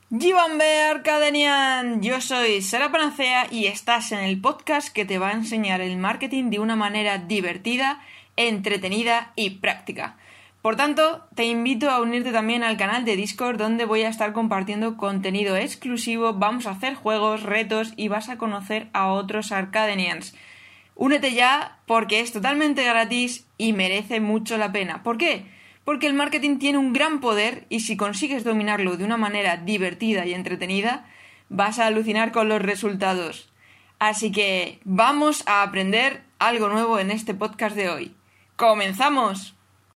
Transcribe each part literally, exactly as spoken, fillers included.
Gibambe Arcadenian, yo soy Sara Panacea y estás en el podcast que te va a enseñar el marketing de una manera divertida, entretenida y práctica. Por tanto, te invito a unirte también al canal de Discord donde voy a estar compartiendo contenido exclusivo, vamos a hacer juegos, retos y vas a conocer a otros Arcadenians. Únete ya porque es totalmente gratis y merece mucho la pena. ¿Por qué? Porque el marketing tiene un gran poder y si consigues dominarlo de una manera divertida y entretenida, vas a alucinar con los resultados. Así que vamos a aprender algo nuevo en este podcast de hoy. ¡Comenzamos!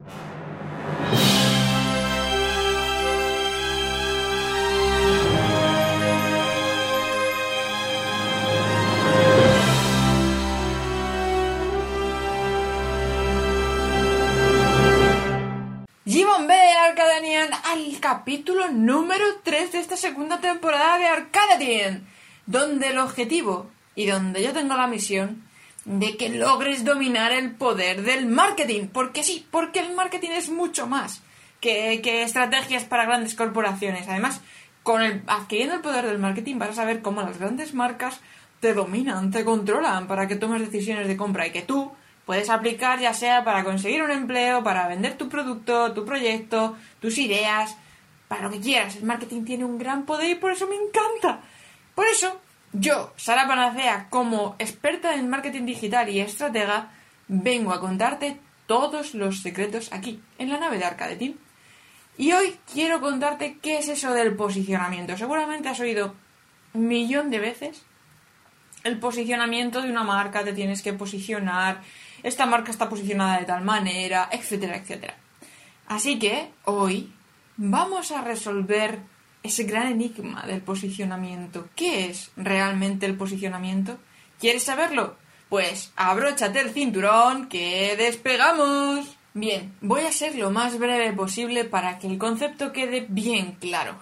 Gibambe Arcadenian al capítulo número tres de esta segunda temporada de Arcadenian, donde el objetivo y donde yo tengo la misión de que logres dominar el poder del marketing, porque sí, porque el marketing es mucho más que, que estrategias para grandes corporaciones. Además, con el, adquiriendo el poder del marketing vas a saber cómo las grandes marcas te dominan, te controlan para que tomes decisiones de compra y que tú puedes aplicar ya sea para conseguir un empleo, para vender tu producto, tu proyecto, tus ideas, para lo que quieras. El marketing tiene un gran poder y por eso me encanta. Por eso, yo, Sara Panacea, como experta en marketing digital y estratega, vengo a contarte todos los secretos aquí, en la nave de Arcadeteam. Y hoy quiero contarte qué es eso del posicionamiento. Seguramente has oído un millón de veces el posicionamiento de una marca, te tienes que posicionar, esta marca está posicionada de tal manera, etcétera, etcétera. Así que hoy vamos a resolver ese gran enigma del posicionamiento. ¿Qué es realmente el posicionamiento? ¿Quieres saberlo? Pues abróchate el cinturón que despegamos. Bien, voy a ser lo más breve posible para que el concepto quede bien claro.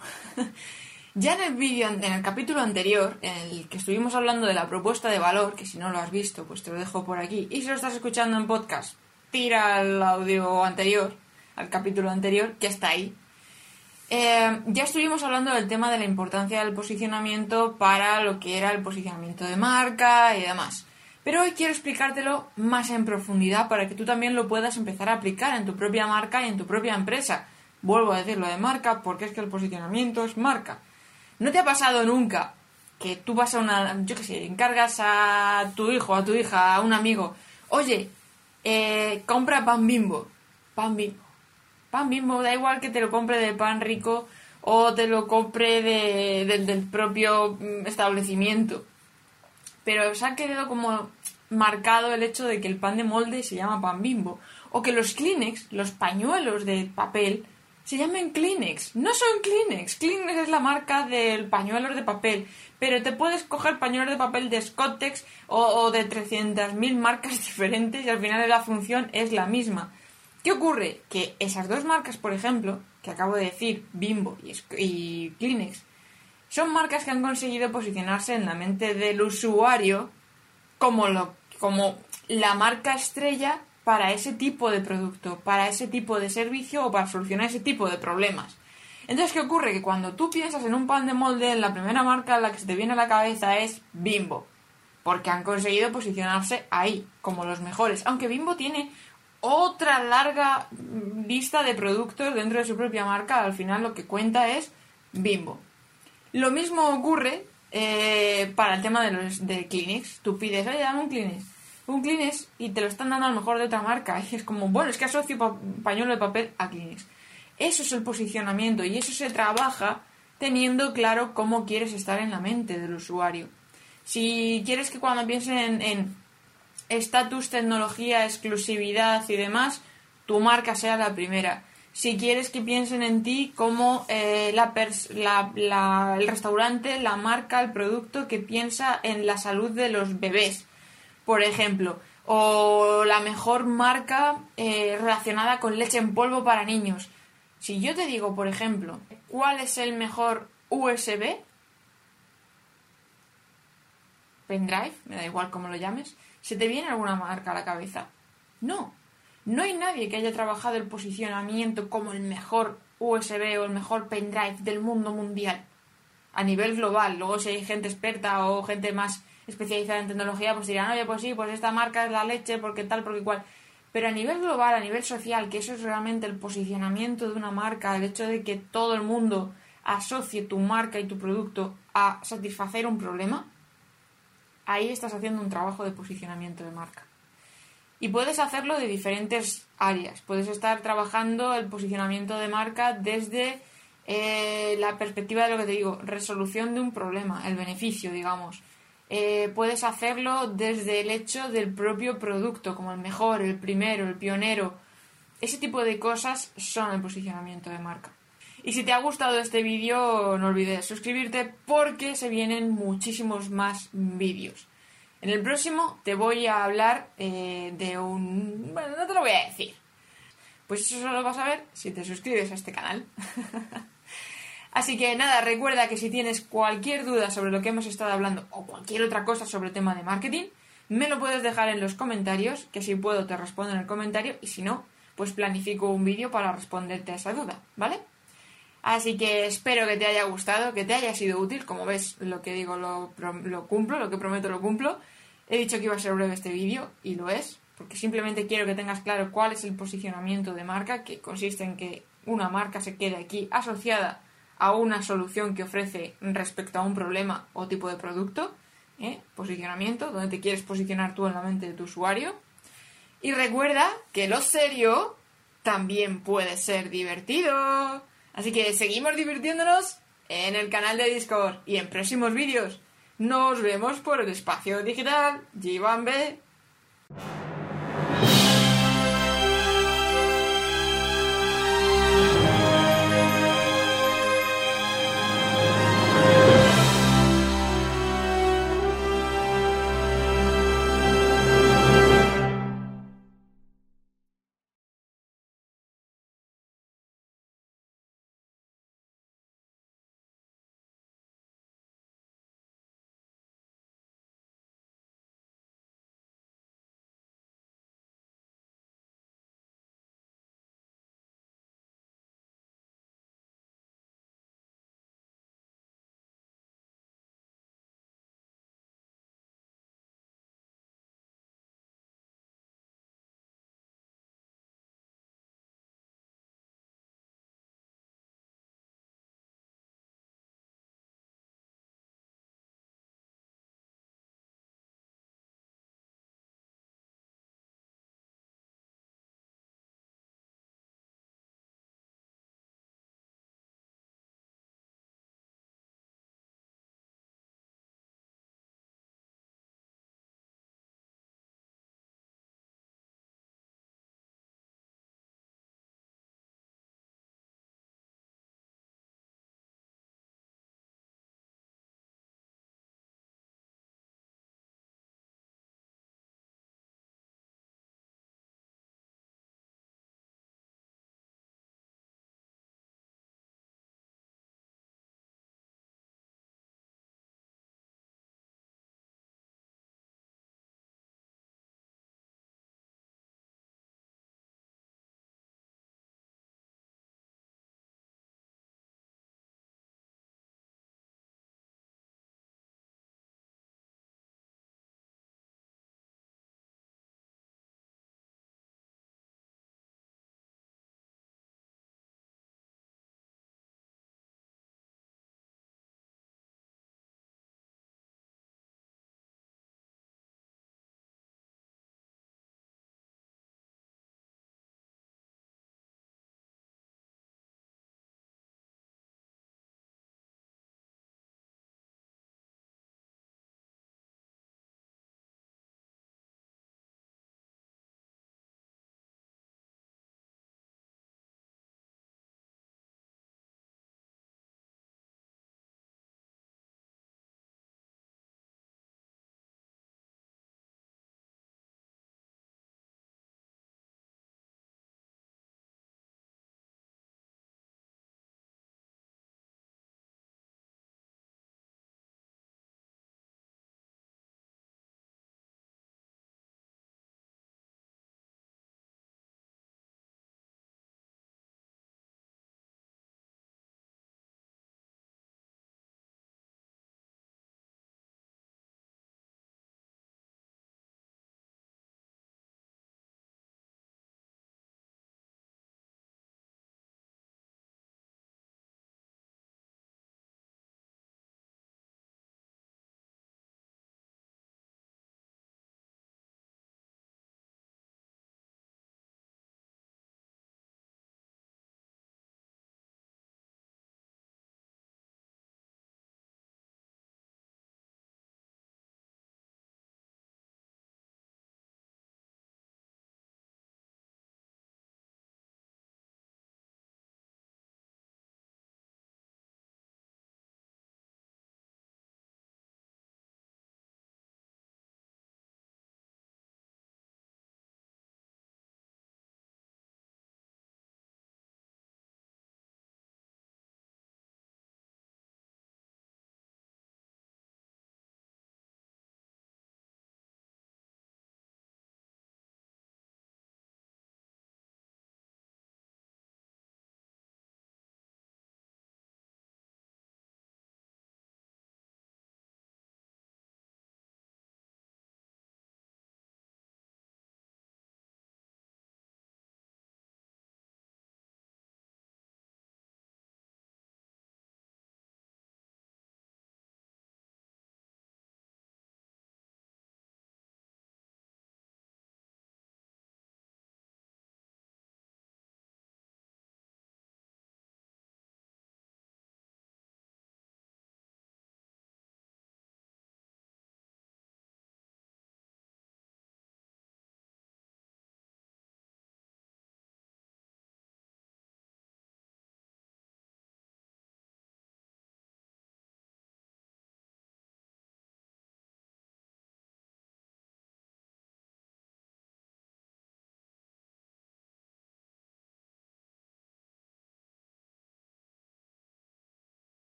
Ya en el vídeo, en el capítulo anterior, en el que estuvimos hablando de la propuesta de valor, que si no lo has visto, pues te lo dejo por aquí, y si lo estás escuchando en podcast, tira al audio anterior, al capítulo anterior, que está ahí. Eh, ya estuvimos hablando del tema de la importancia del posicionamiento para lo que era el posicionamiento de marca y demás. Pero hoy quiero explicártelo más en profundidad para que tú también lo puedas empezar a aplicar en tu propia marca y en tu propia empresa. Vuelvo a decirlo de marca porque es que el posicionamiento es marca. ¿No te ha pasado nunca que tú vas a una, yo qué sé, encargas a tu hijo, a tu hija, a un amigo, oye, eh, compra pan Bimbo, pan Bimbo, pan Bimbo, da igual que te lo compre de Pan Rico o te lo compre de, de, del propio establecimiento, pero se ha quedado como marcado el hecho de que el pan de molde se llama pan Bimbo, o que los Kleenex, los pañuelos de papel, se llaman Kleenex. No son Kleenex. Kleenex es la marca del pañuelos de papel. Pero te puedes coger pañuelos de papel de Scottex o, o de trescientas mil marcas diferentes y al final la función es la misma. ¿Qué ocurre? Que esas dos marcas, por ejemplo, que acabo de decir, Bimbo y, y Kleenex, son marcas que han conseguido posicionarse en la mente del usuario como, lo, como la marca estrella para ese tipo de producto, para ese tipo de servicio o para solucionar ese tipo de problemas. Entonces, ¿qué ocurre? Que cuando tú piensas en un pan de molde, la primera marca a la que se te viene a la cabeza es Bimbo, porque han conseguido posicionarse ahí, como los mejores. Aunque Bimbo tiene otra larga lista de productos dentro de su propia marca, al final lo que cuenta es Bimbo. Lo mismo ocurre eh, para el tema de los de Kleenex. Tú pides, oye, dame un Kleenex. un Kleenex y te lo están dando a lo mejor de otra marca y es como, bueno, es que asocio pa- pañuelo de papel a Kleenex. Eso es el posicionamiento y eso se trabaja teniendo claro cómo quieres estar en la mente del usuario. Si quieres que cuando piensen en estatus, tecnología, exclusividad y demás, tu marca sea la primera. Si quieres que piensen en ti como eh, la pers- la, la, el restaurante, la marca, el producto que piensa en la salud de los bebés, por ejemplo, o la mejor marca eh, relacionada con leche en polvo para niños. Si yo te digo, por ejemplo, ¿cuál es el mejor U S B? Pendrive, me da igual cómo lo llames. ¿Se te viene alguna marca a la cabeza? No. No hay nadie que haya trabajado el posicionamiento como el mejor U S B o el mejor pendrive del mundo mundial. a nivel global. Luego si hay gente experta o gente más especializada en tecnología, pues dirán, oye, pues sí, pues esta marca es la leche, porque tal, porque cual. Pero a nivel global, a nivel social, que eso es realmente el posicionamiento de una marca, el hecho de que todo el mundo asocie tu marca y tu producto a satisfacer un problema, ahí estás haciendo un trabajo de posicionamiento de marca. Y puedes hacerlo de diferentes áreas. Puedes estar trabajando el posicionamiento de marca desde eh, la perspectiva de lo que te digo, resolución de un problema, el beneficio, digamos. Eh, puedes hacerlo desde el hecho del propio producto, como el mejor, el primero, el pionero. Ese tipo de cosas son el posicionamiento de marca. Y si te ha gustado este vídeo, no olvides suscribirte porque se vienen muchísimos más vídeos. En el próximo te voy a hablar eh, de un... Bueno, no te lo voy a decir. Pues eso solo lo vas a ver si te suscribes a este canal. Así que nada, recuerda que si tienes cualquier duda sobre lo que hemos estado hablando o cualquier otra cosa sobre el tema de marketing, me lo puedes dejar en los comentarios, que si puedo te respondo en el comentario y si no, pues planifico un vídeo para responderte a esa duda, ¿vale? Así que espero que te haya gustado, que te haya sido útil. Como ves, lo que digo lo, lo cumplo, lo que prometo lo cumplo. He dicho que iba a ser breve este vídeo y lo es, porque simplemente quiero que tengas claro cuál es el posicionamiento de marca, que consiste en que una marca se quede aquí asociada a una solución que ofrece respecto a un problema o tipo de producto, ¿eh? Posicionamiento, donde te quieres posicionar tú en la mente de tu usuario. Y recuerda que lo serio también puede ser divertido. Así que seguimos divirtiéndonos en el canal de Discord y en próximos vídeos. Nos vemos por el espacio digital. G-Bambe.